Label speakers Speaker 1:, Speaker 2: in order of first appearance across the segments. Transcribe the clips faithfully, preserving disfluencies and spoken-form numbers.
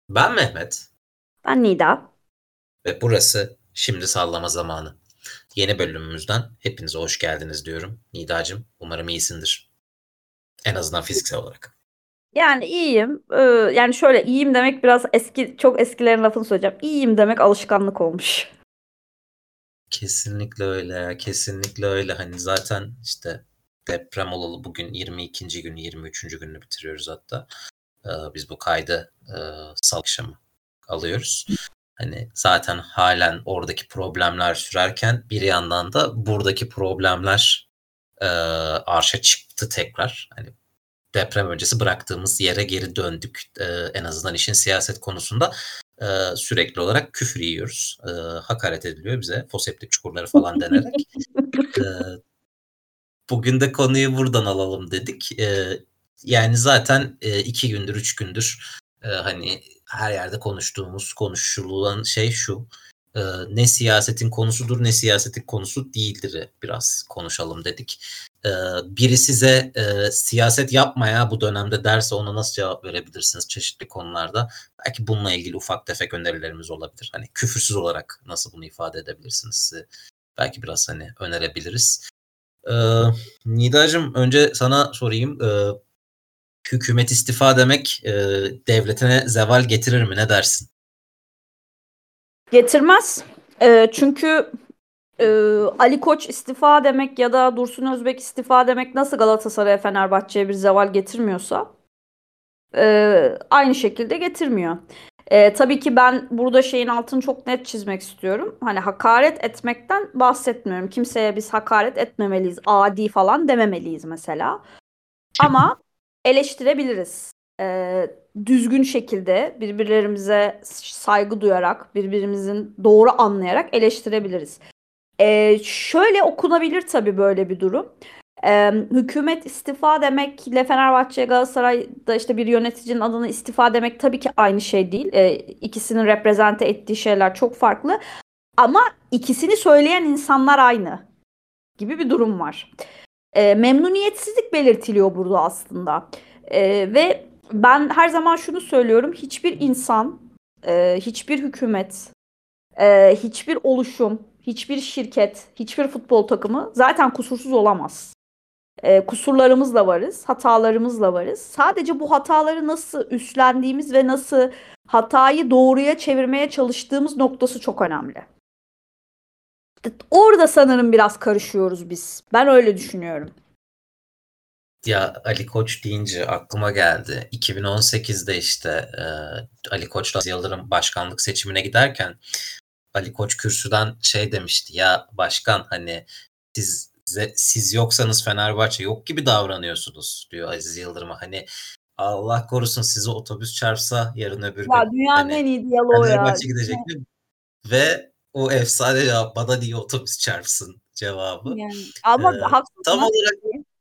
Speaker 1: Ben Mehmet
Speaker 2: Ben Nida.
Speaker 1: ve burası Şimdi Sallama Zamanı. Yeni bölümümüzden hepinize hoş geldiniz diyorum. Nidacığım, umarım iyisindir. En azından fiziksel olarak.
Speaker 2: Yani iyiyim. Ee, yani şöyle iyiyim demek biraz eski, çok eskilerin lafını söyleyeceğim. İyiyim demek alışkanlık olmuş.
Speaker 1: Kesinlikle öyle, kesinlikle öyle. Hani zaten işte deprem olalı bugün yirmi ikinci günü, yirmi üçüncü gününü bitiriyoruz hatta. Ee, biz bu kaydı e, salı akşamı alıyoruz. Hani zaten halen oradaki problemler sürerken bir yandan da buradaki problemler e, arşa çıktı tekrar. Hani deprem öncesi bıraktığımız yere geri döndük. E, en azından işin siyaset konusunda e, sürekli olarak küfür yiyoruz. E, hakaret ediliyor bize foseptik çukurları falan denerek. E, Bugün de konuyu buradan alalım dedik. E, yani zaten e, iki gündür, üç gündür e, hani her yerde konuştuğumuz, konuşulan şey şu. E, ne siyasetin konusudur, ne siyasetin konusu değildir biraz konuşalım dedik. E, biri size e, siyaset yapmaya bu dönemde derse ona nasıl cevap verebilirsiniz çeşitli konularda? Belki bununla ilgili ufak tefek önerilerimiz olabilir. Hani küfürsüz olarak nasıl bunu ifade edebilirsiniz? Belki biraz hani önerebiliriz. Ee, Nidacığım önce sana sorayım. Ee, hükümet istifa demek e, devletine zeval getirir mi? Ne dersin?
Speaker 2: Getirmez. Ee, çünkü e, Ali Koç istifa demek ya da Dursun Özbek istifa demek nasıl Galatasaray'a Fenerbahçe'ye bir zeval getirmiyorsa e, aynı şekilde getirmiyor. E, tabii ki ben burada şeyin altını çok net çizmek istiyorum. Hani hakaret etmekten bahsetmiyorum. Kimseye biz hakaret etmemeliyiz, adi falan dememeliyiz mesela. Ama eleştirebiliriz. Ee, düzgün şekilde birbirlerimize saygı duyarak, birbirimizin doğru anlayarak eleştirebiliriz. Ee, şöyle okunabilir tabii böyle bir durum. Ee, hükümet istifa demekle Fenerbahçe, Galatasaray'da işte bir yöneticinin adına istifa demek tabii ki aynı şey değil. Ee, ikisinin reprezente ettiği şeyler çok farklı. Ama ikisini söyleyen insanlar aynı gibi bir durum var. E, memnuniyetsizlik belirtiliyor burada aslında. E, ve ben her zaman şunu söylüyorum. Hiçbir insan, e, hiçbir hükümet, e, hiçbir oluşum, hiçbir şirket, hiçbir futbol takımı zaten kusursuz olamaz. E, kusurlarımızla varız, hatalarımızla varız. Sadece bu hataları nasıl üstlendiğimiz ve nasıl hatayı doğruya çevirmeye çalıştığımız noktası çok önemli. Orada sanırım biraz karışıyoruz biz. Ben öyle düşünüyorum.
Speaker 1: Ya Ali Koç deyince aklıma geldi. iki bin on sekizde işte e, Ali Koç'la Aziz Yıldırım başkanlık seçimine giderken Ali Koç kürsüden şey demişti. Ya başkan hani siz siz yoksanız Fenerbahçe yok gibi davranıyorsunuz diyor Aziz Yıldırım'a. Hani Allah korusun sizi otobüs çarpsa yarın öbür
Speaker 2: Ya
Speaker 1: gün
Speaker 2: dünyanın
Speaker 1: hani
Speaker 2: en iyi diyaloğu ya.
Speaker 1: Fenerbahçe gidecek mi? Ve o efsane cevap bana niye otobüs çarpsın cevabı.
Speaker 2: Yani
Speaker 1: Ee,
Speaker 2: ama haksız
Speaker 1: tam
Speaker 2: mı?
Speaker 1: olarak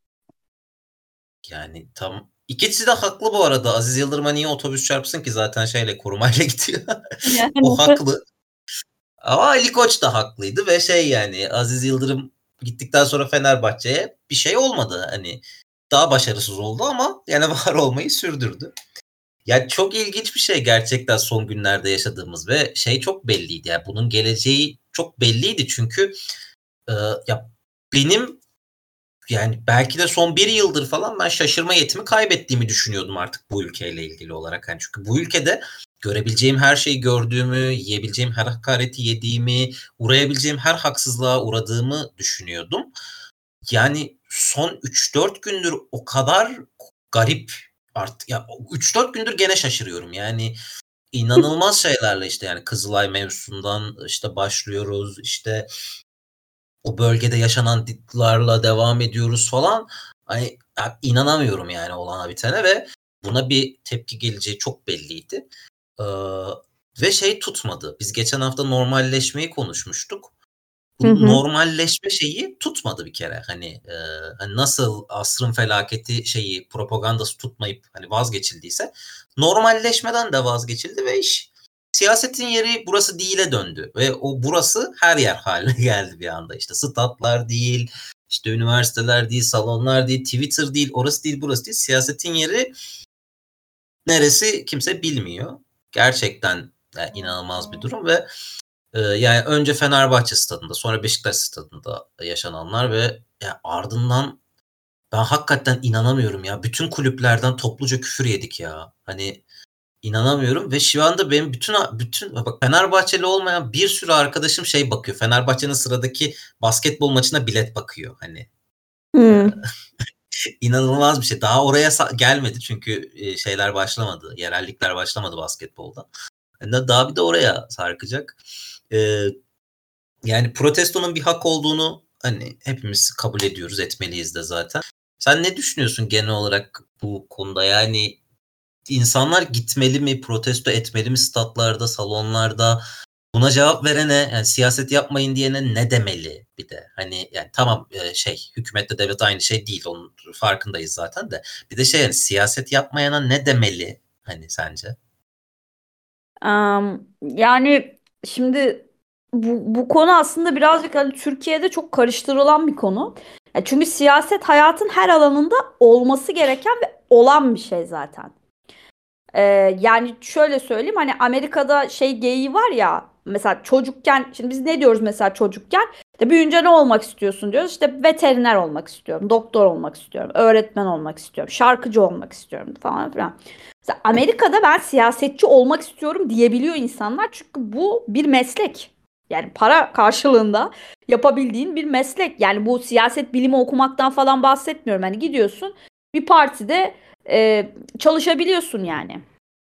Speaker 1: yani tam ikisi de haklı bu arada. Aziz Yıldırım'a niye otobüs çarpsın ki zaten şeyle korumayla gidiyor. O
Speaker 2: Yani
Speaker 1: haklı. Ama Ali Koç da haklıydı ve şey yani Aziz Yıldırım gittikten sonra Fenerbahçe'ye bir şey olmadı. Hani daha başarısız oldu ama yani var olmayı sürdürdü. Ya çok ilginç bir şey gerçekten son günlerde yaşadığımız ve şey çok belliydi. Yani bunun geleceği çok belliydi çünkü e, ya benim yani belki de son bir yıldır falan ben şaşırma yetimi kaybettiğimi düşünüyordum artık bu ülkeyle ilgili olarak. Yani çünkü bu ülkede görebileceğim her şeyi gördüğümü, yiyebileceğim her hakareti yediğimi, uğrayabileceğim her haksızlığa uğradığımı düşünüyordum. Yani son üç dört gündür o kadar garip artık ya üç dört gündür gene şaşırıyorum. Yani inanılmaz şeylerle işte yani Kızılay mevzusundan işte başlıyoruz. İşte o bölgede yaşananlarla devam ediyoruz falan. Hani ya inanamıyorum yani olana bitene ve buna bir tepki geleceği çok belliydi. Ee, ve şey tutmadı. Biz geçen hafta normalleşmeyi konuşmuştuk.
Speaker 2: Hı
Speaker 1: Bu
Speaker 2: hı.
Speaker 1: normalleşme şeyi tutmadı bir kere. Hani, e, hani nasıl asrın felaketi şeyi propagandası tutmayıp hani vazgeçildiyse normalleşmeden de vazgeçildi ve iş siyasetin yeri burası değil'e döndü ve o burası her yer haline geldi bir anda. İşte statlar değil, işte üniversiteler değil, salonlar değil, Twitter değil, orası değil, burası değil. Siyasetin yeri neresi kimse bilmiyor. Gerçekten yani inanılmaz bir durum ve e, yani önce Fenerbahçe stadında, sonra Beşiktaş stadında yaşananlar ve ya ardından ben hakikaten inanamıyorum ya. Bütün kulüplerden topluca küfür yedik ya. Hani inanamıyorum ve şu anda benim bütün bütün bak Fenerbahçeli olmayan bir sürü arkadaşım şey bakıyor. Fenerbahçe'nin sıradaki basketbol maçına bilet bakıyor hani.
Speaker 2: Hmm.
Speaker 1: İnanılmaz bir şey. Daha oraya gelmedi çünkü şeyler başlamadı. Yerellikler başlamadı basketbolda. Daha bir de oraya sarkacak. Ee, yani protestonun bir hak olduğunu hani hepimiz kabul ediyoruz, etmeliyiz de zaten. Sen ne düşünüyorsun genel olarak bu konuda? Yani insanlar gitmeli mi, protesto etmeli mi statlarda, salonlarda? Buna cevap verene, yani siyaset yapmayın diyene ne demeli bir de? Hani yani tamam şey, hükümetle devlet aynı şey değil, onun farkındayız zaten de. Bir de şey yani siyaset yapmayana ne demeli hani sence?
Speaker 2: Um, yani şimdi bu, bu konu aslında birazcık hani Türkiye'de çok karıştırılan bir konu. Ya çünkü siyaset hayatın her alanında olması gereken ve olan bir şey zaten. Ee, yani şöyle söyleyeyim, hani Amerika'da şey geyiği var ya, mesela çocukken, şimdi biz ne diyoruz mesela çocukken, işte büyüyünce ne olmak istiyorsun diyoruz, işte veteriner olmak istiyorum, doktor olmak istiyorum, öğretmen olmak istiyorum, şarkıcı olmak istiyorum falan filan. Mesela Amerika'da ben siyasetçi olmak istiyorum diyebiliyor insanlar, çünkü bu bir meslek. Yani para karşılığında yapabildiğin bir meslek. Yani bu siyaset bilimi okumaktan falan bahsetmiyorum. Hani gidiyorsun bir partide e, çalışabiliyorsun yani.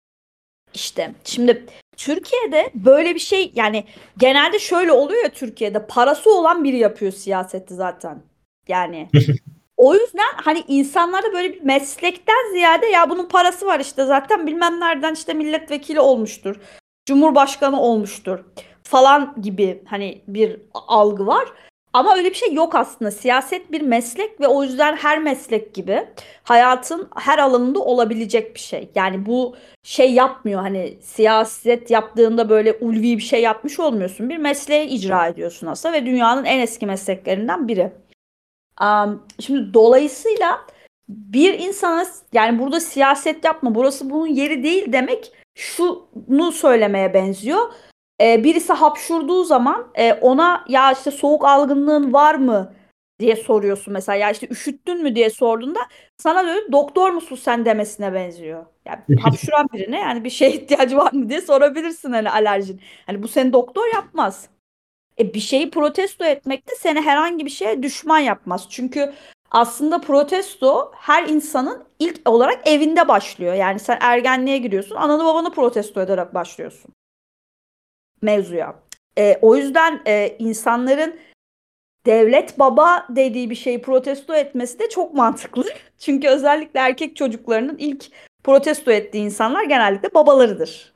Speaker 2: İşte şimdi Türkiye'de böyle bir şey, yani genelde şöyle oluyor ya, Türkiye'de parası olan biri yapıyor siyaseti zaten. Yani o yüzden hani insanlarda böyle bir meslekten ziyade, ya bunun parası var işte zaten, bilmem nereden işte milletvekili olmuştur, cumhurbaşkanı olmuştur falan gibi hani bir algı var. Ama öyle bir şey yok aslında. Siyaset bir meslek ve o yüzden her meslek gibi hayatın her alanında olabilecek bir şey. Yani bu şey yapmıyor, hani siyaset yaptığında böyle ulvi bir şey yapmış olmuyorsun. Bir mesleği icra ediyorsun aslında ve dünyanın en eski mesleklerinden biri. Um, şimdi dolayısıyla bir insana, yani burada siyaset yapma, burası bunun yeri değil demek şunu söylemeye benziyor. Ee, birisi hapşurduğu zaman e, ona ya işte soğuk algınlığın var mı diye soruyorsun mesela, ya işte üşüttün mü diye sorduğunda sana böyle doktor musun sen demesine benziyor. Yani hapşuran birine yani bir şeye ihtiyacı var mı diye sorabilirsin, hani alerjin. Hani bu seni doktor yapmaz. E, bir şeyi protesto etmek de seni herhangi bir şeye düşman yapmaz. Çünkü aslında protesto her insanın ilk olarak evinde başlıyor. Yani sen ergenliğe giriyorsun, ananı babanı protesto ederek başlıyorsun mevzuya. E, o yüzden e, insanların devlet baba dediği bir şeyi protesto etmesi de çok mantıklı. Çünkü özellikle erkek çocuklarının ilk protesto ettiği insanlar genellikle babalarıdır.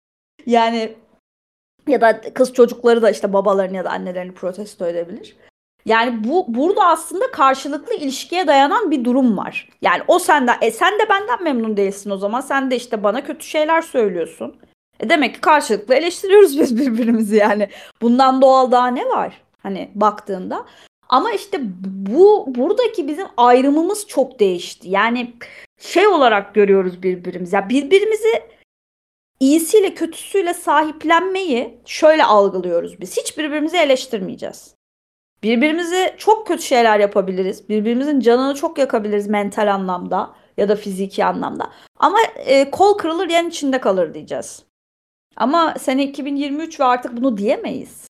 Speaker 2: Yani ya da kız çocukları da işte babalarını ya da annelerini protesto edebilir. Yani bu burada aslında karşılıklı ilişkiye dayanan bir durum var. Yani o senden, e sen de benden memnun değilsin o zaman. Sen de işte bana kötü şeyler söylüyorsun. E demek ki karşılıklı eleştiriyoruz biz birbirimizi yani. Bundan doğal daha ne var? Hani baktığında. Ama işte bu buradaki bizim ayrımımız çok değişti. Yani şey olarak görüyoruz birbirimizi. Ya birbirimizi iyisiyle kötüsüyle sahiplenmeyi şöyle algılıyoruz biz. Hiç birbirimizi eleştirmeyeceğiz. Birbirimize çok kötü şeyler yapabiliriz. Birbirimizin canını çok yakabiliriz mental anlamda ya da fiziki anlamda. Ama e, kol kırılır yen içinde kalır diyeceğiz. Ama sene iki bin yirmi üç ve artık bunu diyemeyiz.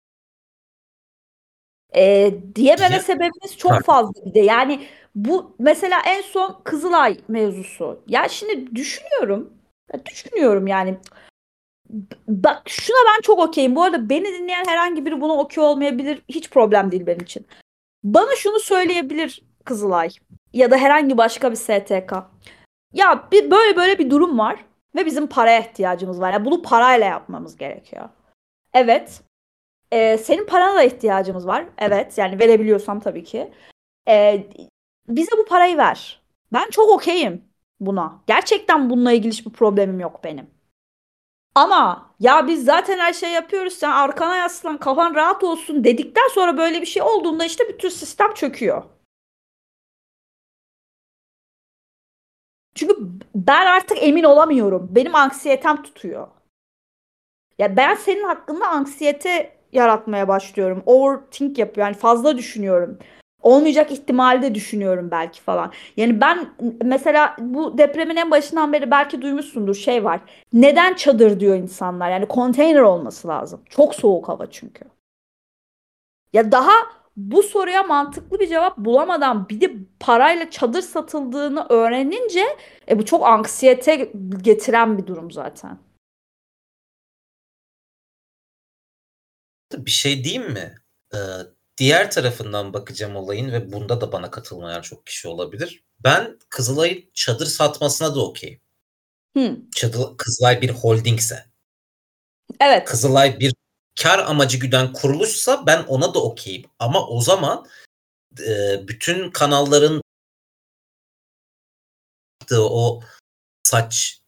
Speaker 2: E, diyememe
Speaker 1: Diye
Speaker 2: sebebimiz çok fazla bir de. Yani bu mesela en son Kızılay mevzusu. Ya şimdi düşünüyorum. Ya düşünüyorum yani. Bak şuna ben çok okeyim. Bu arada beni dinleyen herhangi biri buna okey olmayabilir. Hiç problem değil benim için. Bana şunu söyleyebilir Kızılay ya da herhangi başka bir S T K. Ya bir böyle böyle bir durum var ve bizim paraya ihtiyacımız var. Yani bunu parayla yapmamız gerekiyor. Evet. Ee, senin parana da ihtiyacımız var. Evet. Yani verebiliyorsam tabii ki. Ee, bize bu parayı ver. Ben çok okeyim buna. Gerçekten bununla ilgili hiçbir problemim yok benim. Ama ya biz zaten her şey yapıyoruz, sen arkana yaslan, kafan rahat olsun dedikten sonra böyle bir şey olduğunda işte bütün sistem çöküyor. Çünkü ben artık emin olamıyorum. Benim anksiyetem tutuyor. Ya ben senin hakkında anksiyete yaratmaya başlıyorum. Overthink yapıyor. Yani fazla düşünüyorum. Olmayacak ihtimali de düşünüyorum belki falan. Yani ben mesela bu depremin en başından beri belki duymuşsundur şey var. Neden çadır diyor insanlar? Yani konteyner olması lazım. Çok soğuk hava çünkü. Ya daha bu soruya mantıklı bir cevap bulamadan bir de parayla çadır satıldığını öğrenince e, bu çok anksiyete getiren bir durum zaten.
Speaker 1: Bir şey diyeyim mi? Eee, diğer tarafından bakacağım olayın ve bunda da bana katılmayan çok kişi olabilir. Ben Kızılay'ın çadır satmasına da okeyim.
Speaker 2: Hı.
Speaker 1: Çadır Kızılay bir holdingse.
Speaker 2: Evet.
Speaker 1: Kızılay bir kar amacı güden kuruluşsa ben ona da okeyim. Ama o zaman eee, bütün kanalların o saç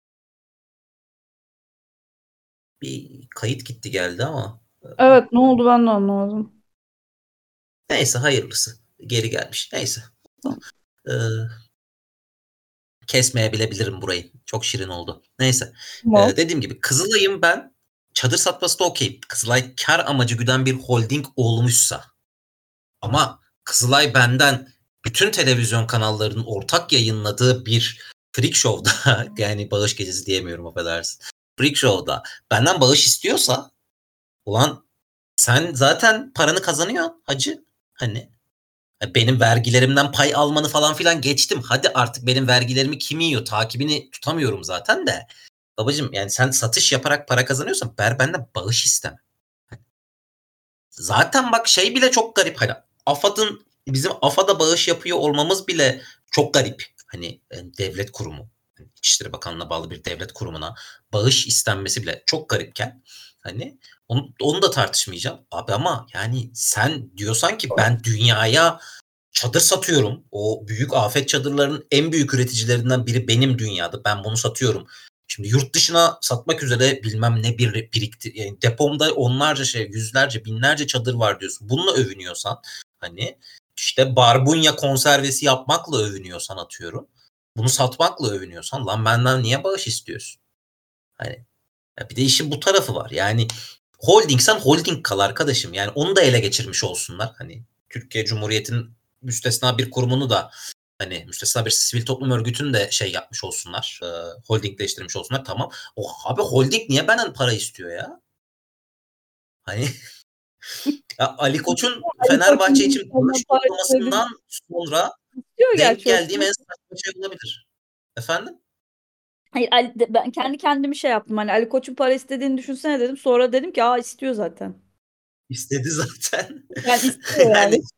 Speaker 1: bir kayıt gitti geldi ama
Speaker 2: Evet, ne oldu ben de anlamadım.
Speaker 1: neyse hayırlısı. Geri gelmiş. Neyse.
Speaker 2: Tamam.
Speaker 1: Eee, kesmeyebilebilirim burayı. Çok şirin oldu. Neyse.
Speaker 2: Tamam.
Speaker 1: Eee, dediğim gibi Kızılay'ın ben çadır satması da okeyim. Kızılay kar amacı güden bir holding olmuşsa. Ama Kızılay benden bütün televizyon kanallarının ortak yayınladığı bir freak show'da yani bağış gecesi diyemiyorum affedersin. Freak show'da benden bağış istiyorsa ulan sen zaten paranı kazanıyorsun hacı. Hani benim vergilerimden pay almanı falan filan geçtim. Hadi artık benim vergilerimi kim yiyor? Takibini tutamıyorum zaten de. Babacım yani sen satış yaparak para kazanıyorsan ber benden bağış isteme. Zaten bak şey bile çok garip. Hani AFAD'ın bizim AFAD'a bağış yapıyor olmamız bile çok garip. Hani e, devlet kurumu, hani İçişleri Bakanlığı'na bağlı bir devlet kurumuna bağış istenmesi bile çok garipken hani onu, onu da tartışmayacağım. Abi ama yani sen diyorsan ki ben dünyaya çadır satıyorum. O büyük afet çadırlarının en büyük üreticilerinden biri benim dünyada. Ben bunu satıyorum. Şimdi yurt dışına satmak üzere bilmem ne bir birikti yani depomda onlarca şey, yüzlerce, binlerce çadır var diyorsun. Bununla övünüyorsan hani işte barbunya konservesi yapmakla övünüyorsan atıyorum. Bunu satmakla övünüyorsan lan benden niye bağış istiyorsun? Hani ya bir de işin bu tarafı var. Yani holdingsen holding kal arkadaşım. Yani onu da ele geçirmiş olsunlar. Hani Türkiye Cumhuriyeti'nin müstesna bir kurumunu da hani müstesna bir sivil toplum örgütünü de şey yapmış olsunlar. E, holdingleştirmiş olsunlar. Tamam. O abi holding niye benden para istiyor ya? Hani ya Ali Koç'un
Speaker 2: Ali
Speaker 1: Fenerbahçe
Speaker 2: Koç'un
Speaker 1: için bağış
Speaker 2: insanlar para istediğini
Speaker 1: toplamasından sonra
Speaker 2: diyor
Speaker 1: denk
Speaker 2: gerçi o.
Speaker 1: geldiğim en saçma şey olabilir. Efendim?
Speaker 2: Hayır, Ali- de- ben kendi kendimi şey yaptım. Hani Ali Koç'un para istediğini düşünsene dedim. Sonra dedim ki aa istiyor zaten.
Speaker 1: İstedi zaten.
Speaker 2: Yani istiyor
Speaker 1: Yani
Speaker 2: yani.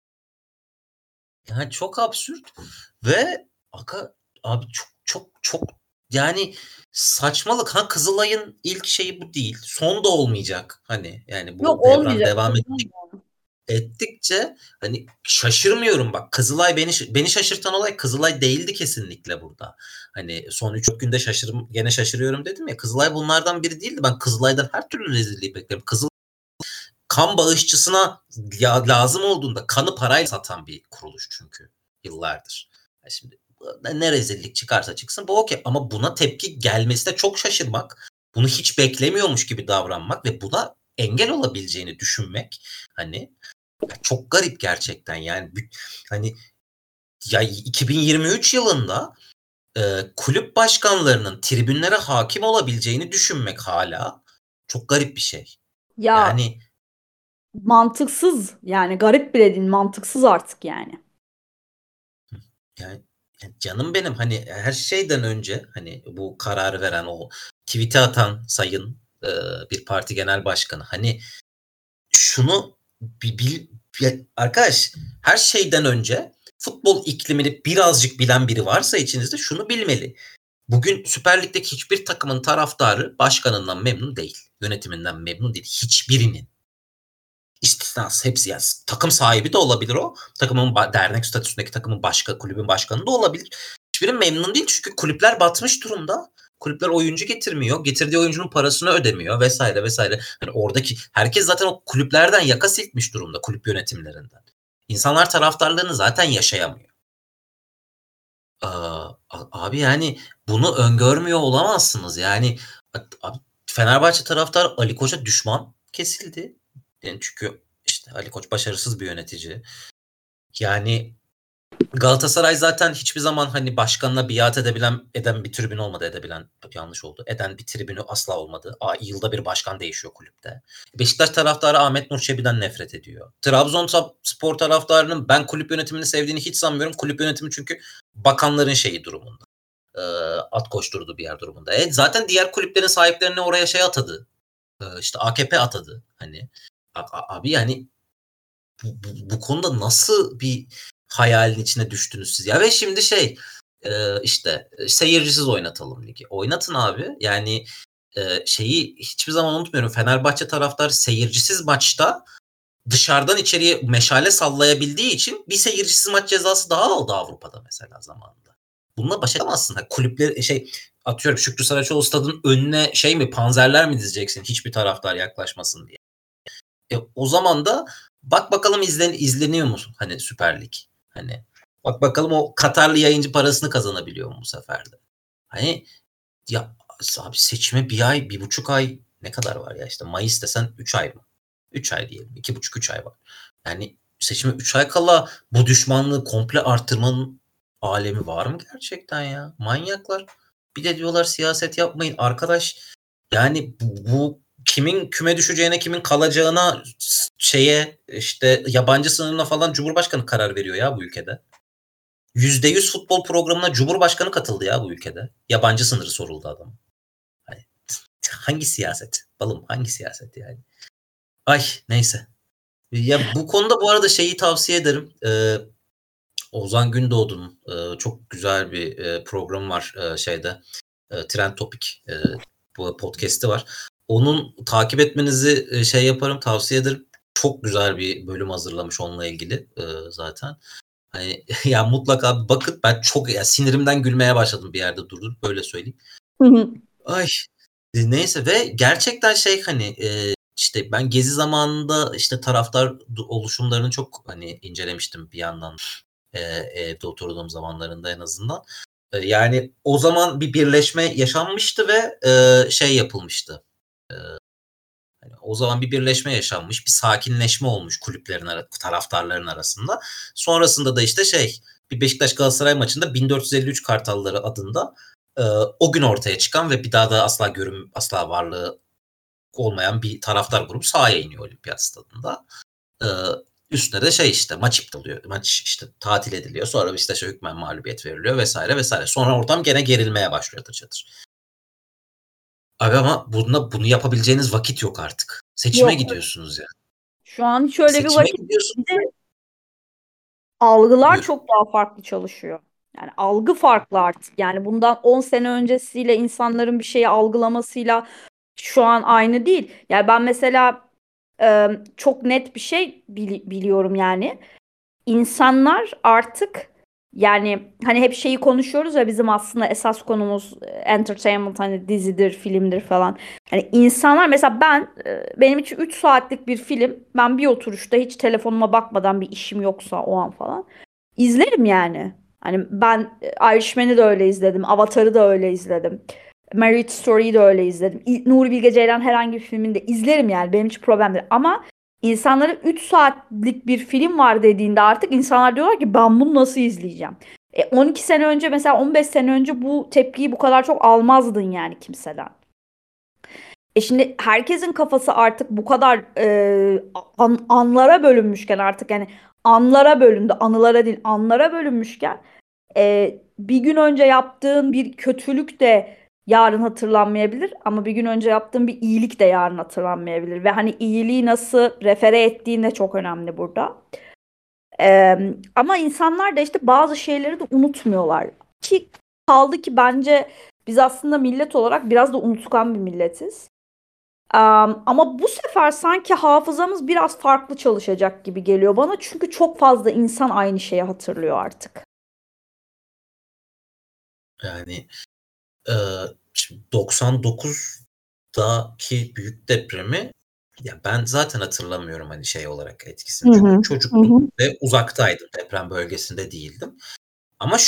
Speaker 1: yani çok absürt ve aga abi çok çok çok yani saçmalık. Ha Kızılay'ın ilk şeyi bu değil. Son da olmayacak. Hani yani
Speaker 2: Yok
Speaker 1: bu devran
Speaker 2: olmayacak.
Speaker 1: devam ettik ettikçe hani şaşırmıyorum bak. Kızılay beni beni şaşırtan olay Kızılay değildi kesinlikle burada. Hani son üç günde şaşırım gene şaşırıyorum dedim ya. Kızılay bunlardan biri değildi. Ben Kızılay'dan her türlü rezilliği beklerim. Kızıl kan bağışçısına ya lazım olduğunda kanı parayla satan bir kuruluş çünkü yıllardır. Ya şimdi ne rezillik çıkarsa çıksın bu okey ama buna tepki gelmesine çok şaşırmak, bunu hiç beklemiyormuş gibi davranmak ve buna engel olabileceğini düşünmek hani çok garip gerçekten yani hani ya iki bin yirmi üç yılında e, kulüp başkanlarının tribünlere hakim olabileceğini düşünmek hala çok garip bir şey.
Speaker 2: Ya
Speaker 1: Yani
Speaker 2: mantıksız yani garip bile değil mantıksız artık yani.
Speaker 1: Yani, yani canım benim hani her şeyden önce hani bu kararı veren o tweet'i atan sayın e, bir parti genel başkanı hani şunu bir bil ya arkadaş her şeyden önce futbol iklimini birazcık bilen biri varsa içinizde şunu bilmeli. Bugün Süper Lig'deki hiçbir takımın taraftarı başkanından memnun değil. Yönetiminden memnun değil. Hiçbirinin. İstisnası hepsi yani takım sahibi de olabilir o. Takımın dernek statüsündeki takımın başka kulübün başkanı da olabilir. Hiçbiri memnun değil çünkü kulüpler batmış durumda. Kulüpler oyuncu getirmiyor. Getirdiği oyuncunun parasını ödemiyor vesaire vesaire. Hani oradaki herkes zaten o kulüplerden yaka silkmiş durumda kulüp yönetimlerinden. İnsanlar taraftarlığını zaten yaşayamıyor. Aa, abi yani bunu öngörmüyor olamazsınız. Yani abi Fenerbahçe taraftarı Ali Koç'a düşman kesildi. Yani çünkü işte Ali Koç başarısız bir yönetici. Yani Galatasaray zaten hiçbir zaman hani başkanına biat edebilen eden bir tribün olmadı, edebilen yanlış oldu. Eden bir tribünü asla olmadı. Aa, yılda bir başkan değişiyor kulüpte. Beşiktaş taraftarı Ahmet Nur Çebi'den nefret ediyor. Trabzonspor taraftarının ben kulüp yönetimini sevdiğini hiç sanmıyorum. Kulüp yönetimi çünkü bakanların şeyi durumunda. Ee, at koşturduğu bir yer durumunda. E, zaten diğer kulüplerin sahiplerini oraya şey atadı. Ee, işte A K P atadı. Hani abi yani bu, bu, bu konuda nasıl bir hayalin içine düştünüz siz ya? Ve şimdi şey e, işte seyircisiz oynatalım ligi. Oynatın abi. Yani e, şeyi hiçbir zaman unutmuyorum. Fenerbahçe taraftarı seyircisiz maçta dışarıdan içeriye meşale sallayabildiği için bir seyircisiz maç cezası daha aldı Avrupa'da mesela zamanında. Bununla baş edemezsin. Ha, kulüpler şey atıyorum Şükrü Saraçoğlu stadının önüne şey mi panzerler mi dizeceksin hiçbir taraftar yaklaşmasın diye. E, o zaman da bak bakalım izlen, izleniyor musun hani Süper Lig? Hani bak bakalım o Katarlı yayıncı parasını kazanabiliyor mu bu sefer de? Hani ya abi seçime bir ay, bir buçuk ay ne kadar var ya işte Mayıs desen üç ay mı? üç ay diyelim. iki buçuk üç ay var. Yani seçime üç ay kala bu düşmanlığı komple artırmanın alemi var mı gerçekten ya? Manyaklar. Bir de diyorlar siyaset yapmayın. Arkadaş yani bu, bu kimin küme düşeceğine, kimin kalacağına şeye işte yabancı sınırına falan Cumhurbaşkanı karar veriyor ya bu ülkede. yüzde yüz futbol programına Cumhurbaşkanı katıldı ya bu ülkede. Yabancı sınırı soruldu adam. Hani, hangi siyaset? Balım hangi siyaset yani? Ay neyse. Ya bu konuda bu arada şeyi tavsiye ederim. Ee, Ozan Gündoğdu'nun e, çok güzel bir e, programı var e, şeyde. E, Trend Topic e, bu podcast'i var. Onun takip etmenizi e, şey yaparım, tavsiye ederim. Çok güzel bir bölüm hazırlamış onunla ilgili e, zaten. Hani ya mutlaka bakın ben çok ya sinirimden gülmeye başladım bir yerde durdurup böyle söyleyeyim.
Speaker 2: Hı hı.
Speaker 1: Ay neyse ve gerçekten şey hani e, işte ben Gezi zamanında işte taraftar oluşumlarını çok hani incelemiştim bir yandan e, evde oturduğum zamanlarında en azından. E, yani o zaman bir birleşme yaşanmıştı ve e, şey yapılmıştı. E, yani o zaman bir birleşme yaşanmış, bir sakinleşme olmuş kulüplerin taraftarların arasında. Sonrasında da işte şey bir Beşiktaş Galatasaray maçında bin dört yüz elli üç Kartalları adında e, o gün ortaya çıkan ve bir daha da asla görüm asla varlığı olmayan bir taraftar grubu sahaya iniyor Olimpiyat Stadı'nda. Ee, üstüne de şey işte maç iptal oluyor. Maç işte tatil ediliyor. Sonra işte şey hükmen mağlubiyet veriliyor vesaire vesaire. Sonra ortam gene gerilmeye başlıyor çatır çatır. Abi ama bunda, bunu yapabileceğiniz vakit yok artık. Seçime
Speaker 2: Yok.
Speaker 1: gidiyorsunuz ya.
Speaker 2: Şu an hiç öyle bir
Speaker 1: Seçime
Speaker 2: vakit.
Speaker 1: gidiyorsun.
Speaker 2: Bir de algılar
Speaker 1: Buyur.
Speaker 2: çok daha farklı çalışıyor. Yani algı farklı artık. Yani bundan on sene öncesiyle insanların bir şeyi algılamasıyla şu an aynı değil. Yani ben mesela e, çok net bir şey bili- biliyorum yani. İnsanlar artık yani hani hep şeyi konuşuyoruz ya bizim aslında esas konumuz e, entertainment hani dizidir, filmdir falan. Hani insanlar mesela ben e, benim için üç saatlik bir film ben bir oturuşta hiç telefonuma bakmadan bir işim yoksa o an falan izlerim yani. Hani ben e, Irishman'i de öyle izledim, Avatar'ı da öyle izledim. Marriage Story'yi de öyle izledim. İ- Nuri Bilge Ceylan herhangi bir filminde izlerim yani benim için problem değil. Ama İnsanlara üç saatlik bir film var dediğinde artık insanlar diyorlar ki ben bunu nasıl izleyeceğim? E, on iki sene önce mesela on beş sene önce bu tepkiyi bu kadar çok almazdın yani kimseden. E şimdi herkesin kafası artık bu kadar e, an- anlara bölünmüşken artık yani anlara bölündü, anılara değil anlara bölünmüşken e, bir gün önce yaptığın bir kötülük de yarın hatırlanmayabilir ama bir gün önce yaptığın bir iyilik de yarın hatırlanmayabilir ve hani iyiliği nasıl refere ettiğin de çok önemli burada. E, ama insanlar da işte bazı şeyleri de unutmuyorlar ki kaldı ki bence biz aslında millet olarak biraz da unutkan bir milletiz. Am, ama bu sefer sanki hafızamız biraz farklı çalışacak gibi geliyor bana çünkü çok fazla insan aynı şeyi hatırlıyor artık.
Speaker 1: Yani e, şimdi doksan dokuzdaki büyük depremi ya ben zaten hatırlamıyorum hani şey olarak
Speaker 2: Hı
Speaker 1: etkisini.
Speaker 2: hı,
Speaker 1: Çünkü
Speaker 2: hı
Speaker 1: çocuktum
Speaker 2: hı.
Speaker 1: ve uzaktaydım. Deprem bölgesinde değildim. Ama şu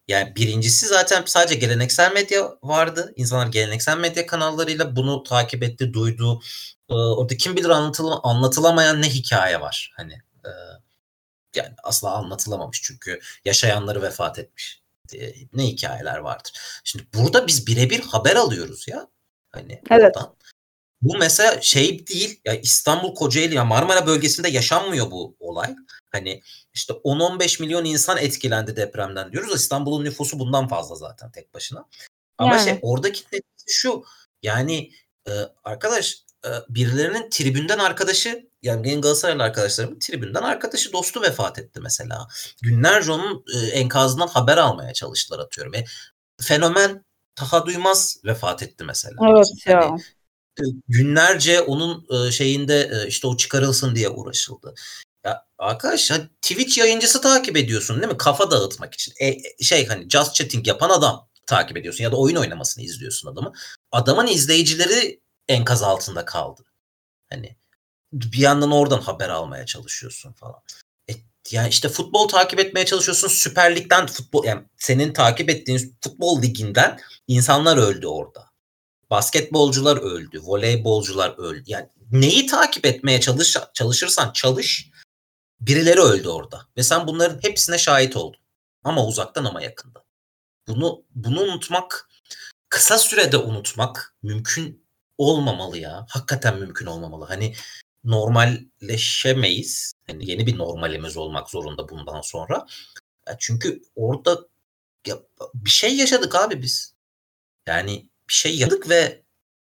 Speaker 1: Yani birincisi zaten sadece geleneksel medya vardı. İnsanlar geleneksel medya kanallarıyla bunu takip etti, duydu. Ee, orada kim bilir anlatıla, anlatılamayan ne hikaye var. Hani e, yani asla anlatılamamış çünkü yaşayanları vefat etmiş. E, ne hikayeler vardır. Şimdi burada biz birebir haber alıyoruz ya. Hani
Speaker 2: Evet.
Speaker 1: oradan. Bu mesela şey değil ya, İstanbul, Kocaeli ya Marmara bölgesinde yaşanmıyor bu olay. Hani işte on on beş milyon insan etkilendi depremden diyoruz. İstanbul'un nüfusu bundan fazla zaten tek başına. Ama şey
Speaker 2: Yani.
Speaker 1: oradaki şu yani e, arkadaş e, birilerinin tribünden arkadaşı yani benim Galatasaraylı arkadaşlarımın tribünden arkadaşı dostu vefat etti mesela. Günlerce onun e, enkazından haber almaya çalıştılar atıyorum. E, fenomen Taha Duymaz vefat etti mesela.
Speaker 2: Evet
Speaker 1: Hani
Speaker 2: ya.
Speaker 1: günlerce onun e, şeyinde e, işte o çıkarılsın diye uğraşıldı. Ya arkadaş hani Twitch yayıncısı takip ediyorsun değil mi? Kafa dağıtmak için. E, şey hani just chatting yapan adam takip ediyorsun ya da oyun oynamasını izliyorsun adamı. Adamın izleyicileri enkaz altında kaldı. Hani bir yandan oradan haber almaya çalışıyorsun falan. E, yani işte futbol takip etmeye çalışıyorsun. Süper Lig'den futbol yani senin takip ettiğin futbol liginden insanlar öldü orada. Basketbolcular öldü, voleybolcular öldü. Yani neyi takip etmeye çalış çalışırsan çalış, birileri öldü orada ve sen bunların hepsine şahit oldun. Ama uzaktan ama yakında. Bunu bunu unutmak, kısa sürede unutmak mümkün olmamalı ya. Hakikaten mümkün olmamalı. Hani normalleşemeyiz. Hani yeni bir normalimiz olmak zorunda bundan sonra. Ya çünkü orada ya bir şey yaşadık abi biz. Yani bir şey yaşadık ve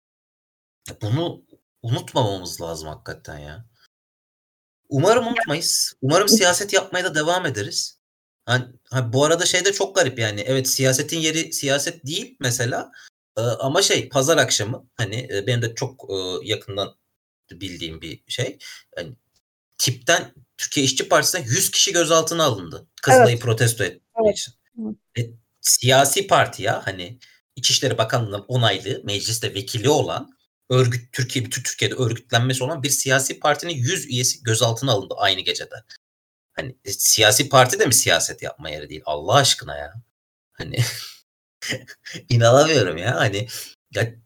Speaker 1: bunu unutmamamız lazım hakikaten ya. Umarım unutmayız. Umarım siyaset yapmaya da devam ederiz. Hani, hani bu arada şey de çok garip yani. Evet siyasetin yeri siyaset değil mesela. Ee, ama şey pazar akşamı hani e, benim de çok e, yakından bildiğim bir şey. Yani tipten Türkiye İşçi Partisi'ne yüz kişi gözaltına alındı. Kızılay'ı
Speaker 2: Evet.
Speaker 1: protesto ettiği
Speaker 2: Evet.
Speaker 1: için. E, siyasi parti ya hani İçişleri Bakanlığı'nın onaylı mecliste vekili olan örgüt Türkiye bütün Türkiye'de örgütlenmesi olan bir siyasi partinin yüz üyesi gözaltına alındı aynı gecede. Hani e, siyasi parti de mi siyaset yapma yeri değil Allah aşkına ya. Hani inanamıyorum ya hani ya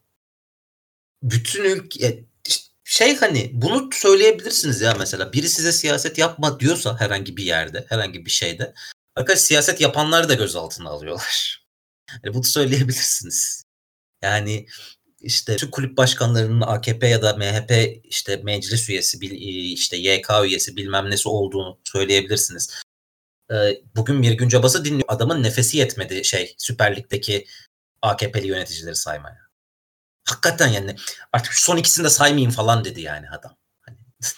Speaker 1: bütün ülke şey hani bunu söyleyebilirsiniz ya mesela biri size siyaset yapma diyorsa herhangi bir yerde herhangi bir şeyde arkadaş siyaset yapanları da gözaltına alıyorlar. Yani bunu söyleyebilirsiniz. Yani işte Türk kulüp başkanlarının A K P ya da M H P işte meclis üyesi, işte Y K üyesi bilmem nesi olduğunu söyleyebilirsiniz. Bugün bir gün cabası dinliyor. Adamın nefesi yetmedi şey Süper Lig'deki A K P'li yöneticileri saymaya. Hakikaten yani artık son ikisini de saymayayım falan dedi yani adam. Hani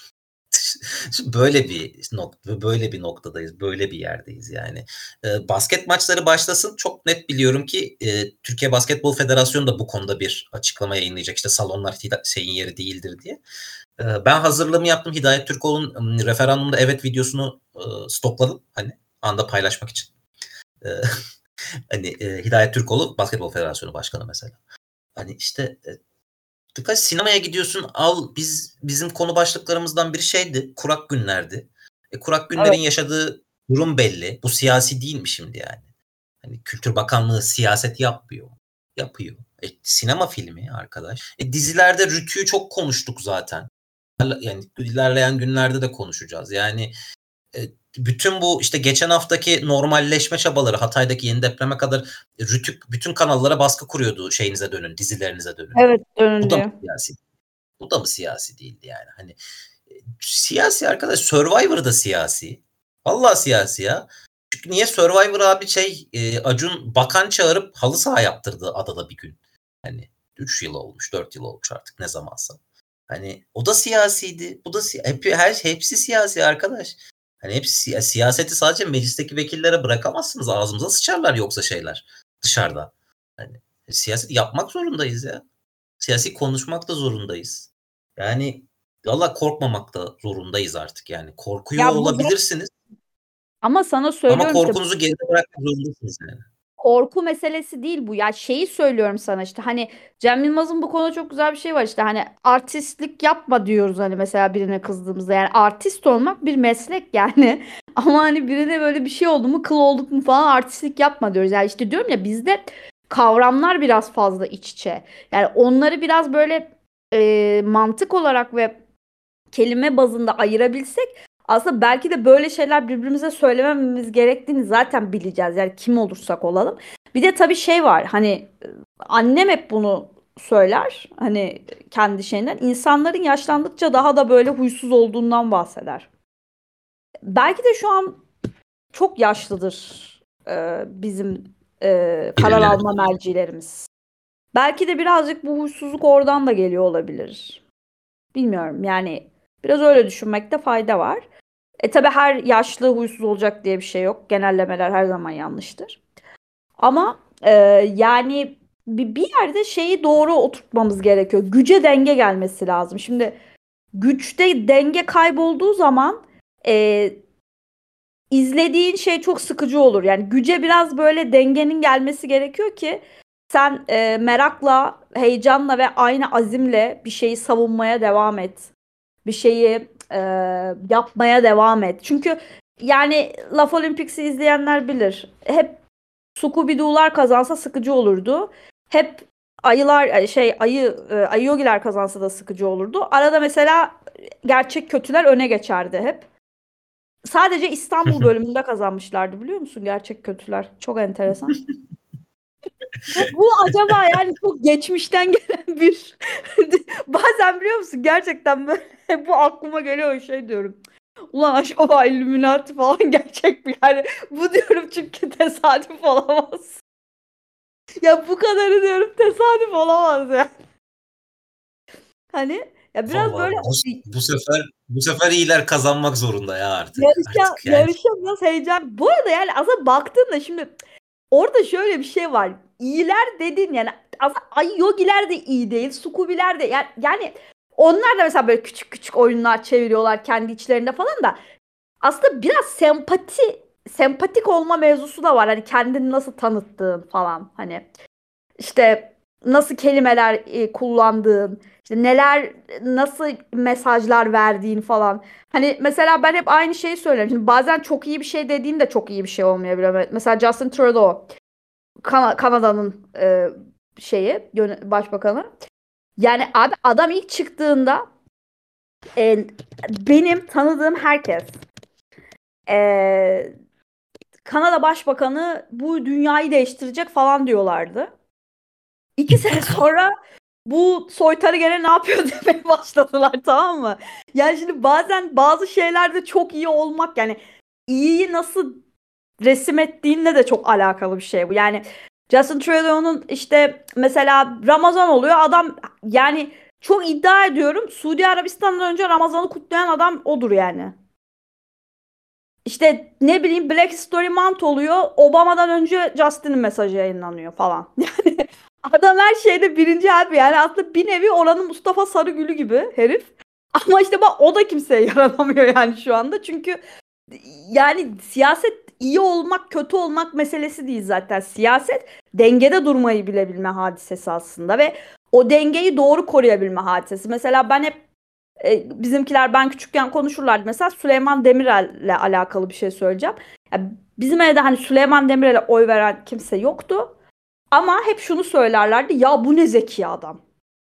Speaker 1: böyle bir nokta, böyle bir noktadayız, böyle bir yerdeyiz yani. E, basket maçları başlasın. Çok net biliyorum ki e, Türkiye Basketbol Federasyonu da bu konuda bir açıklama yayınlayacak. İşte salonlar şeyin yeri değildir diye. E, ben hazırlığımı yaptım. Hidayet Türkoğlu'nun referandumda evet videosunu e, stokladım. Hani anda paylaşmak için. E, hani e, Hidayet Türkoğlu Basketbol Federasyonu Başkanı mesela. Hani işte e, Birkaç sinemaya gidiyorsun al biz bizim konu başlıklarımızdan biri şeydi kurak günlerdi. E, kurak
Speaker 2: Evet.
Speaker 1: günlerin yaşadığı durum belli. Bu siyasi değil mi şimdi yani? Hani Kültür Bakanlığı siyaset yapmıyor. Yapıyor. E, sinema filmi arkadaş. E, dizilerde Rütü'yü çok konuştuk zaten. Yani ilerleyen günlerde de konuşacağız. Yani e, bütün bu işte geçen haftaki normalleşme çabaları Hatay'daki yeni depreme kadar Rütük bütün kanallara baskı kuruyordu şeyinize dönün, dizilerinize dönün diye.
Speaker 2: Evet dönün
Speaker 1: Bu da mı
Speaker 2: diye.
Speaker 1: siyasi? Bu da mı siyasi değildi yani? Hani e, siyasi arkadaş Survivor da siyasi. Vallahi siyasi ya. Çünkü niye Survivor abi şey e, Acun bakan çağırıp halı saha yaptırdı adada bir gün. Hani üç yıl olmuş, dört yıl olmuş artık ne zamansa. Hani o da siyasiydi. Bu da si hep, her şey hepsi siyasi arkadaş. Hani hepsi si- siyaseti sadece meclisteki vekillere bırakamazsınız. Ağzımıza sıçarlar yoksa şeyler dışarıda. Hani siyaset yapmak zorundayız ya. Siyasi konuşmak da zorundayız. Yani valla korkmamak da zorundayız artık yani. Korkuyor
Speaker 2: Ya bu zor
Speaker 1: olabilirsiniz
Speaker 2: ama sana
Speaker 1: ama
Speaker 2: söylüyorum işte
Speaker 1: korkunuzu geride bırakmak zorundasınız yani.
Speaker 2: korku meselesi değil bu. Ya şeyi söylüyorum sana işte hani Cem Yılmaz'ın bu konuda çok güzel bir şey var işte hani artistlik yapma diyoruz hani mesela birine kızdığımızda yani artist olmak bir meslek yani ama hani birine böyle bir şey oldu mu kıl olduk mu falan artistlik yapma diyoruz. Yani işte diyorum ya bizde kavramlar biraz fazla iç içe. Yani onları biraz böyle e, mantık olarak ve kelime bazında ayırabilsek aslında belki de böyle şeyler birbirimize söylemememiz gerektiğini zaten bileceğiz. Yani kim olursak olalım. Bir de tabii şey var hani e, annem hep bunu söyler hani kendi şeyinden insanların yaşlandıkça daha da böyle huysuz olduğundan bahseder. Belki de şu an çok yaşlıdır e, bizim e, karar
Speaker 1: Birileri.
Speaker 2: alma mercilerimiz. Belki de birazcık bu huysuzluk oradan da geliyor olabilir. Bilmiyorum yani biraz öyle düşünmekte fayda var. E tabii her yaşlı huysuz olacak diye bir şey yok. Genellemeler her zaman yanlıştır. Ama e, yani bir, bir yerde şeyi doğru oturtmamız gerekiyor. Güce denge gelmesi lazım. Şimdi güçte denge kaybolduğu zaman e, izlediğin şey çok sıkıcı olur. Yani güce biraz böyle dengenin gelmesi gerekiyor ki sen e, merakla, heyecanla ve aynı azimle bir şeyi savunmaya devam et. Bir şeyi e, yapmaya devam et. Çünkü yani Laf Olympics'i izleyenler bilir. Hep Scooby-Doo'lar kazansa sıkıcı olurdu. Hep ayılar şey ayı e, ayı yogiler kazansa da sıkıcı olurdu. Arada mesela gerçek kötüler öne geçerdi hep. Sadece İstanbul bölümünde kazanmışlardı biliyor musun gerçek kötüler? Çok enteresan. Bu, bu acaba yani çok geçmişten gelen bir bazen biliyor musun gerçekten böyle bu aklıma geliyor şey diyorum. Ulan acaba Illuminati falan gerçek mi? Yani bu diyorum çünkü tesadüf olamaz. Ya bu kadarı diyorum tesadüf olamaz ya. Hani ya biraz böyle
Speaker 1: Vallahi bu, bu sefer bu sefer iyiler kazanmak zorunda ya artık.
Speaker 2: yarışa
Speaker 1: Artık yani.
Speaker 2: yarışa biraz heyecan. Bu arada yani aslında baktığında şimdi orada şöyle bir şey var. İyiler dedin yani aslında ay yogiler de iyi değil. Scooby'ler de yani, yani onlar da mesela böyle küçük küçük oyunlar çeviriyorlar kendi içlerinde falan da aslında biraz sempati sempatik olma mevzusu da var. Hani kendini nasıl tanıttığın falan hani işte nasıl kelimeler e, kullandığın, işte neler nasıl mesajlar verdiğin falan. Hani mesela ben hep aynı şeyi söylüyorum. Şimdi bazen çok iyi bir şey dediğim de çok iyi bir şey olmayabilir. Mesela Justin Trudeau Kan- Kanada'nın e, şeyi yöne- başbakanı. Yani abi adam ilk çıktığında e, benim tanıdığım herkes e, Kanada Başbakanı bu dünyayı değiştirecek falan diyorlardı. İki sene sonra bu soytarı gene ne yapıyor demeye başladılar tamam mı? Yani şimdi bazen bazı şeylerde çok iyi olmak yani iyiyi nasıl resim ettiğinle de çok alakalı bir şey bu. Yani Justin Trudeau'nun işte mesela Ramazan oluyor adam yani çok iddia ediyorum Suudi Arabistan'dan önce Ramazan'ı kutlayan adam odur yani. İşte ne bileyim Black Story Month oluyor. Obama'dan önce Justin'in mesajı yayınlanıyor falan. Yani adam her şeyde birinci abi. Yani aslında bir nevi oranın Mustafa Sarıgül'ü gibi herif. Ama işte bak o da kimseye yaranamıyor yani şu anda. Çünkü yani siyaset iyi olmak kötü olmak meselesi değil zaten. Siyaset dengede durmayı bilebilme hadisesi aslında ve o dengeyi doğru koruyabilme hadisesi. Mesela ben hep e, bizimkiler ben küçükken konuşurlardı. Mesela Süleyman Demirel'le alakalı bir şey söyleyeceğim. Ya bizim evde hani Süleyman Demirel'e oy veren kimse yoktu. Ama hep şunu söylerlerdi. Ya bu ne zeki adam.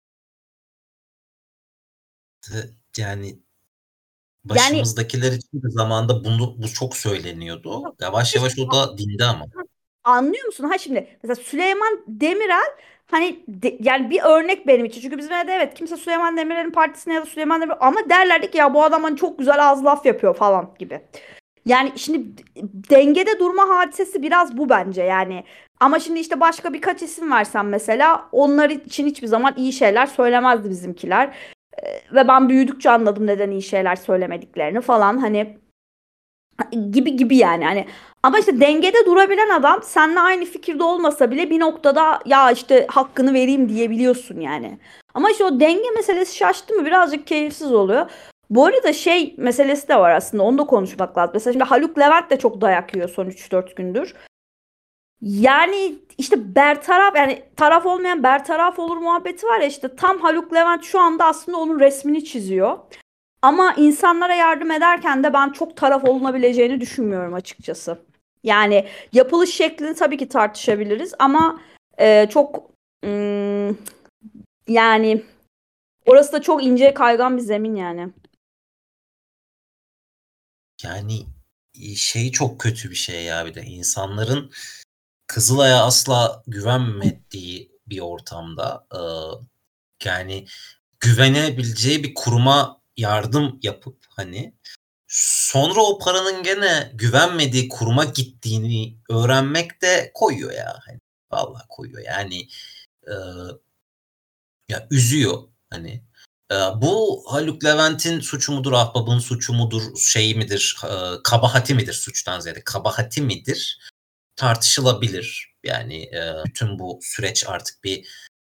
Speaker 1: Yani
Speaker 2: Yani
Speaker 1: başımızdakiler için de zamanda bunu bu çok söyleniyordu. Yavaş yavaş o da dindi ama.
Speaker 2: anlıyor musun? Ha şimdi mesela Süleyman Demirel hani de- yani bir örnek benim için. Çünkü bizim evde evet kimse Süleyman Demirel'in partisine ya da Süleyman Demirel ama derlerdi ki ya bu adam hani çok güzel ağız laf yapıyor falan gibi. Yani şimdi dengede durma hadisesi biraz bu bence yani. Ama şimdi işte başka birkaç isim versem mesela onlar için hiçbir zaman iyi şeyler söylemezdi bizimkiler. Ee, ve ben büyüdükçe anladım neden iyi şeyler söylemediklerini falan hani gibi gibi yani hani ama işte dengede durabilen adam seninle aynı fikirde olmasa bile bir noktada ya işte hakkını vereyim diyebiliyorsun yani. Ama işte o denge meselesi şaştı mı birazcık keyifsiz oluyor. Bu arada şey meselesi de var aslında onu da konuşmak lazım. Mesela şimdi Haluk Levent de çok dayak yiyor son üç dört gündür. Yani işte bertaraf, yani taraf olmayan bertaraf olur muhabbeti var ya, işte tam Haluk Levent şu anda aslında onun resmini çiziyor. Ama insanlara yardım ederken de ben çok taraf olunabileceğini düşünmüyorum açıkçası. Yani yapılış şeklini tabii ki tartışabiliriz ama e, çok hmm, yani orası da çok ince kaygan bir zemin yani.
Speaker 1: Yani şey çok kötü bir şey ya, bir de insanların Kızılay'a asla güvenmediği bir ortamda e, yani güvenebileceği bir kuruma yardım yapıp hani sonra o paranın gene güvenmediği kuruma gittiğini öğrenmek de koyuyor ya. Hani vallahi koyuyor. Yani e, ya üzüyor hani. E, bu Haluk Levent'in suçu mudur, Ahbap'ın suçu mudur, şey midir, e, kabahati midir, suçtan ziyade kabahati midir tartışılabilir. Yani e, bütün bu süreç artık bir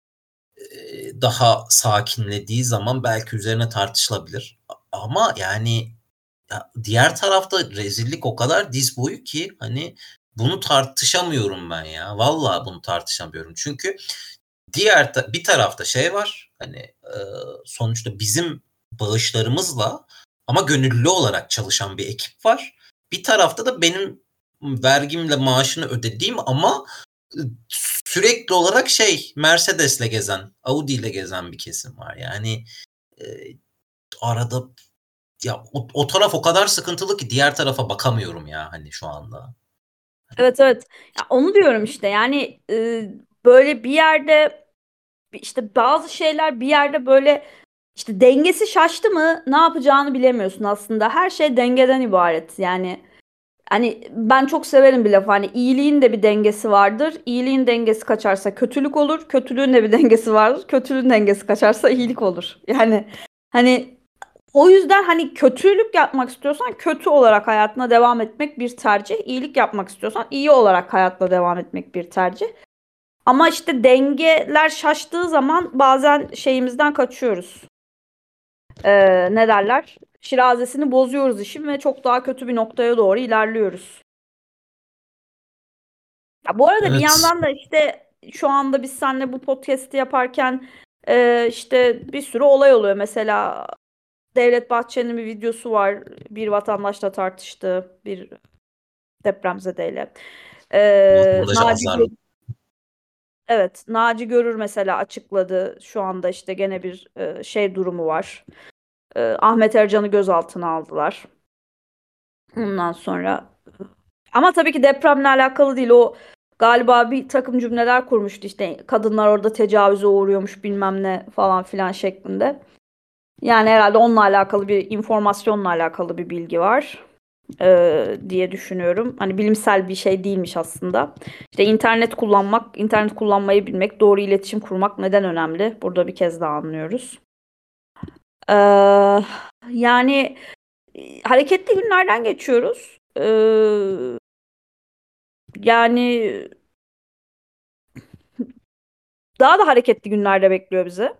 Speaker 1: e, daha sakinlediği zaman belki üzerine tartışılabilir. Ama yani ya diğer tarafta rezillik o kadar diz boyu ki hani bunu tartışamıyorum ben ya. Vallahi bunu tartışamıyorum. Çünkü diğer ta- bir tarafta şey var. Hani e, sonuçta bizim bağışlarımızla ama gönüllü olarak çalışan bir ekip var. Bir tarafta da benim vergimle maaşını ödediğim ama e, sürekli olarak şey Mercedes'le gezen, Audi'yle gezen bir kesim var. Yani e, arada ya o, o taraf o kadar sıkıntılı ki diğer tarafa bakamıyorum ya hani şu anda.
Speaker 2: Evet, evet. Ya onu diyorum işte, yani e, böyle bir yerde, işte bazı şeyler bir yerde böyle işte dengesi şaştı mı ne yapacağını bilemiyorsun aslında. Her şey dengeden ibaret. Yani hani ben çok severim bir laf, hani iyiliğin de bir dengesi vardır. İyiliğin dengesi kaçarsa kötülük olur. Kötülüğün de bir dengesi vardır. Kötülüğün dengesi kaçarsa iyilik olur. Yani hani o yüzden hani kötülük yapmak istiyorsan kötü olarak hayatına devam etmek bir tercih. İyilik yapmak istiyorsan iyi olarak hayatına devam etmek bir tercih. Ama işte dengeler şaştığı zaman bazen şeyimizden kaçıyoruz. Ee, ne derler? Şirazesini bozuyoruz işin ve çok daha kötü bir noktaya doğru ilerliyoruz. Ya bu arada bir
Speaker 1: Evet.
Speaker 2: yandan da işte şu anda biz seninle bu podcast'i yaparken e, işte bir sürü olay oluyor. Mesela Devlet Bahçeli'nin bir videosu var. Bir vatandaşla tartıştığı, bir depremzedeyle. Ee,
Speaker 1: Vatandaşı
Speaker 2: Naci
Speaker 1: azarlı.
Speaker 2: Gö- evet, Naci Görür mesela açıkladı. Şu anda işte gene bir e, şey durumu var. Ee, Ahmet Ercan'ı gözaltına aldılar. Ondan sonra ama tabii ki depremle alakalı değil. O galiba bir takım cümleler kurmuştu, işte kadınlar orada tecavüze uğruyormuş bilmem ne falan filan şeklinde. Yani herhalde onunla alakalı bir informasyonla alakalı bir bilgi var e, diye düşünüyorum. Hani bilimsel bir şey değilmiş aslında. İşte internet kullanmak, internet kullanmayı bilmek, doğru iletişim kurmak neden önemli? Burada bir kez daha anlıyoruz. Ee, yani e, hareketli günlerden geçiyoruz. Ee, yani daha da hareketli günlerde bekliyor bizi.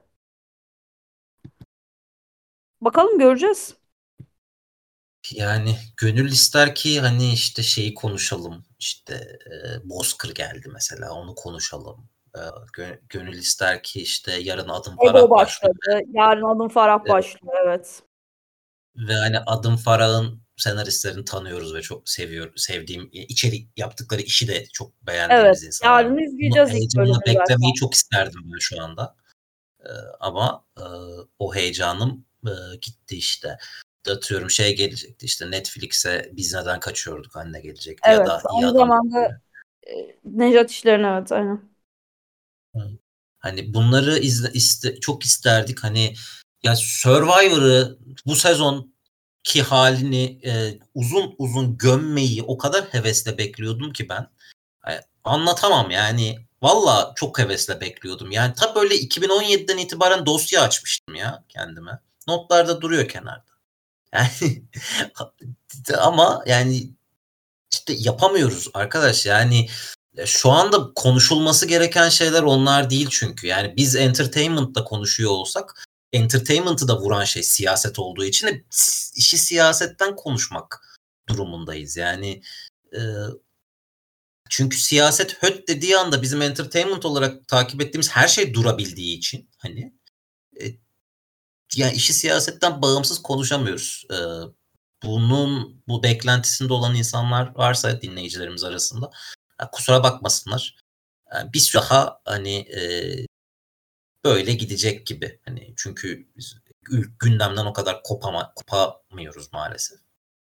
Speaker 2: Bakalım, göreceğiz.
Speaker 1: Yani gönül ister ki hani işte şeyi konuşalım. İşte e, Bozkır geldi mesela, onu konuşalım. E, gö- gönül ister ki işte yarın Adım
Speaker 2: Ego
Speaker 1: Farah başlıyor.
Speaker 2: başladı. Yarın Adım Farah
Speaker 1: E,
Speaker 2: başlıyor. Evet.
Speaker 1: ve hani Adım Farah'ın senaristlerini tanıyoruz ve çok seviyor, sevdiğim, e, içerik yaptıkları işi de çok
Speaker 2: Evet.
Speaker 1: beğendiğimiz insanlar.
Speaker 2: Yarın
Speaker 1: Bunu
Speaker 2: izleyeceğiz ilk
Speaker 1: heyecanla
Speaker 2: bölümünü
Speaker 1: beklemeyi
Speaker 2: zaten.
Speaker 1: çok isterdim ben şu anda. E, ama e, o heyecanım e, gitti işte. Atıyorum şey gelecekti işte, Netflix'e Biz Neden Kaçıyorduk anne gelecekti ya
Speaker 2: Evet.
Speaker 1: da İyi
Speaker 2: Aynı
Speaker 1: Adam.
Speaker 2: zamanda e, Nejat İşler'in, evet, aynen.
Speaker 1: Hı. Hani bunları izle, iste, çok isterdik. Hani ya Survivor'ı bu sezonki halini e, uzun uzun gömmeyi o kadar hevesle bekliyordum ki ben. Ay, anlatamam yani. Valla çok hevesle bekliyordum. Yani ta böyle iki bin on yediden itibaren dosya açmıştım ya kendime. Notlarda duruyor kenarda. Yani ama yani işte yapamıyoruz arkadaş. Yani e, şu anda konuşulması gereken şeyler onlar değil çünkü. Yani biz entertainment'la konuşuyor olsak entertainment'ı da vuran şey siyaset olduğu için de işi siyasetten konuşmak durumundayız. Yani e, çünkü siyaset höt dediği anda bizim entertainment olarak takip ettiğimiz her şey durabildiği için hani e, yani işi siyasetten bağımsız konuşamıyoruz. Ee, bunun bu beklentisinde olan insanlar varsa dinleyicilerimiz arasında ya kusura bakmasınlar. Yani bir daha hani e, böyle gidecek gibi. Hani çünkü biz gündemden o kadar kopama, kopamıyoruz maalesef.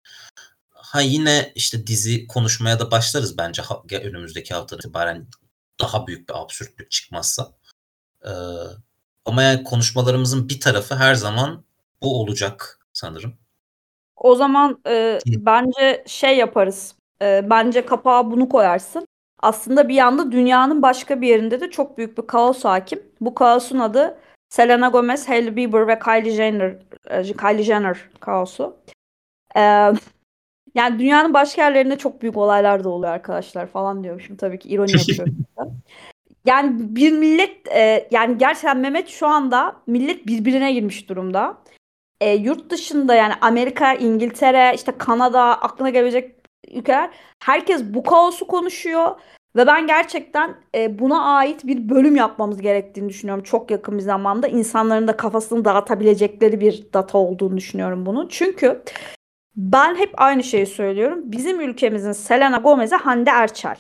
Speaker 1: Ha yine işte dizi konuşmaya da başlarız bence ha, önümüzdeki hafta itibaren daha büyük bir absürtlük çıkmazsa. Ee, ama yani konuşmalarımızın bir tarafı her zaman bu olacak sanırım.
Speaker 2: O zaman e, bence şey yaparız. E, bence kapağa bunu koyarsın. Aslında bir yanda dünyanın başka bir yerinde de çok büyük bir kaos hakim. Bu kaosun adı Selena Gomez, Hailey Bieber ve Kylie Jenner, e, Kylie Jenner kaosu. E, yani dünyanın başka yerlerinde çok büyük olaylar da oluyor arkadaşlar falan diyormuşum. Tabii ki ironi yapıyorum. Yani bir millet e, yani gerçekten Mehmet şu anda millet birbirine girmiş durumda. E, yurt dışında yani Amerika, İngiltere, işte Kanada, aklına gelebilecek ülkeler herkes bu kaosu konuşuyor ve ben gerçekten e, buna ait bir bölüm yapmamız gerektiğini düşünüyorum. Çok yakın bir zamanda insanların da kafasını dağıtabilecekleri bir data olduğunu düşünüyorum bunun. Çünkü ben hep aynı şeyi söylüyorum. Bizim ülkemizin Selena Gomez'e Hande Erçel.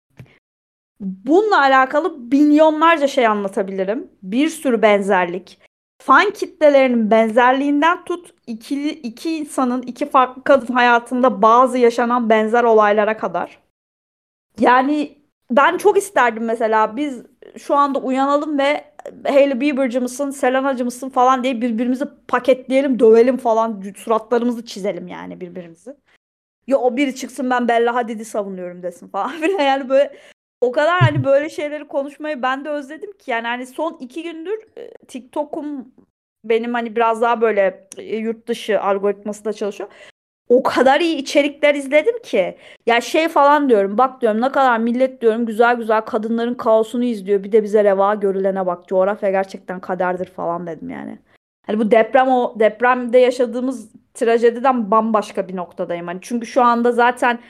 Speaker 2: Bununla alakalı milyonlarca şey anlatabilirim. Bir sürü benzerlik. Fan kitlelerinin benzerliğinden tut, ikili, iki insanın, iki farklı kadın hayatında bazı yaşanan benzer olaylara kadar. Yani ben çok isterdim mesela biz şu anda uyanalım ve Hailey Bieber'cı mısın, Selena'cı mısın falan diye birbirimizi paketleyelim, dövelim falan, suratlarımızı çizelim yani birbirimizi. Ya o biri çıksın ben Bella Hadid'i savunuyorum desin falan filan yani böyle o kadar hani böyle şeyleri konuşmayı ben de özledim ki yani hani son iki gündür e, TikTok'um benim hani biraz daha böyle e, yurt dışı algoritması da çalışıyor. O kadar iyi içerikler izledim ki ya şey falan diyorum bak diyorum ne kadar millet diyorum güzel güzel kadınların kaosunu izliyor bir de bize reva görülene bak coğrafya gerçekten kaderdir falan dedim yani. Hani bu deprem o depremde yaşadığımız trajediden bambaşka bir noktadayım hani çünkü şu anda zaten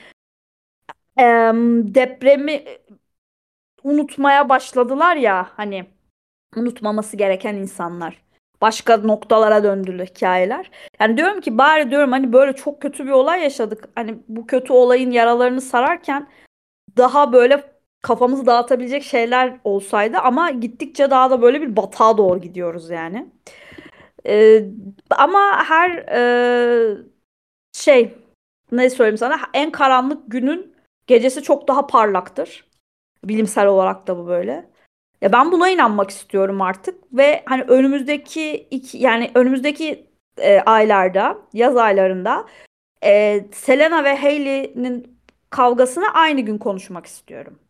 Speaker 2: em, depremi unutmaya başladılar ya hani unutmaması gereken insanlar. Başka noktalara döndüler hikayeler. Yani diyorum ki bari diyorum hani böyle çok kötü bir olay yaşadık. Hani bu kötü olayın yaralarını sararken daha böyle kafamızı dağıtabilecek şeyler olsaydı ama gittikçe daha da böyle bir batağa doğru gidiyoruz yani. Ee, ama her e, şey ne söyleyeyim sana en karanlık günün gecesi çok daha parlaktır. Bilimsel olarak da bu böyle. Ya ben buna inanmak istiyorum artık ve hani önümüzdeki iki, yani önümüzdeki e, aylarda, yaz aylarında e, Selena ve Hailey'nin kavgasını aynı gün konuşmak istiyorum.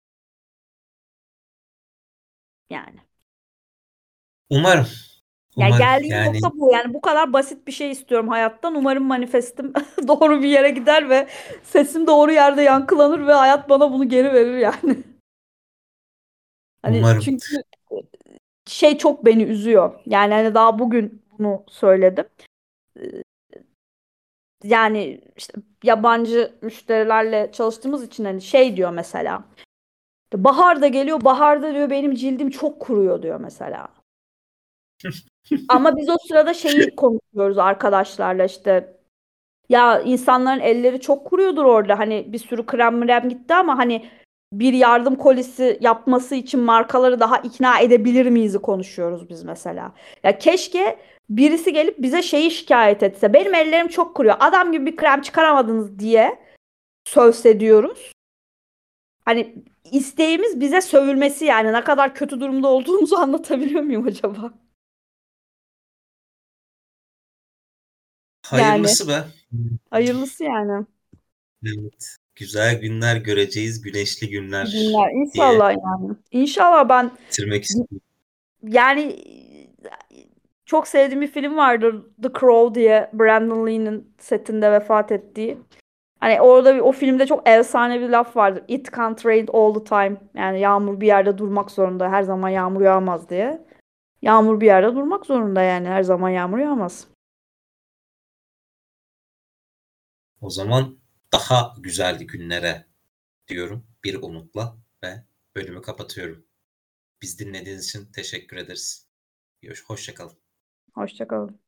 Speaker 2: Yani.
Speaker 1: Umarım.
Speaker 2: Yani
Speaker 1: Umarım.
Speaker 2: geldiğim
Speaker 1: Yani
Speaker 2: nokta bu. Yani bu kadar basit bir şey istiyorum hayattan. Umarım manifestim doğru bir yere gider ve sesim doğru yerde yankılanır ve hayat bana bunu geri verir yani. Hani
Speaker 1: umarım.
Speaker 2: çünkü şey çok beni üzüyor. Yani hani daha bugün bunu söyledim. Yani işte yabancı müşterilerle çalıştığımız için hani şey diyor mesela. Bahar da geliyor. Baharda diyor benim cildim çok kuruyor diyor mesela. Ama biz o sırada şeyi konuşuyoruz arkadaşlarla işte. Ya insanların elleri çok kuruyordur orada. Hani bir sürü krem mrem gitti ama hani bir yardım kolisi yapması için markaları daha ikna edebilir miyiz konuşuyoruz biz mesela. Ya keşke birisi gelip bize şeyi şikayet etse. Benim ellerim çok kuruyor. Adam gibi bir krem çıkaramadınız diye sövse diyoruz. Hani isteğimiz bize sövülmesi yani ne kadar kötü durumda olduğumuzu anlatabiliyor muyum acaba? Yani
Speaker 1: Hayırlısı be.
Speaker 2: hayırlısı yani.
Speaker 1: Evet. Güzel günler göreceğiz. Güneşli günler
Speaker 2: Günler
Speaker 1: diye
Speaker 2: inşallah yani. İnşallah ben
Speaker 1: bitirmek istiyorum.
Speaker 2: yani çok sevdiğim bir film vardır The Crow diye Brandon Lee'nin setinde vefat ettiği. Hani orada bir- o filmde çok efsane bir laf vardır. It can't rain all the time. Yani yağmur bir yerde durmak zorunda. Her zaman yağmur yağmaz diye. Yağmur bir yerde durmak zorunda yani. Her zaman yağmur yağmaz.
Speaker 1: O zaman daha güzel günlere diyorum. bir umutla ve bölümü kapatıyorum. Biz dinlediğiniz için teşekkür ederiz. Hoşça kalın.
Speaker 2: Hoşça kalın.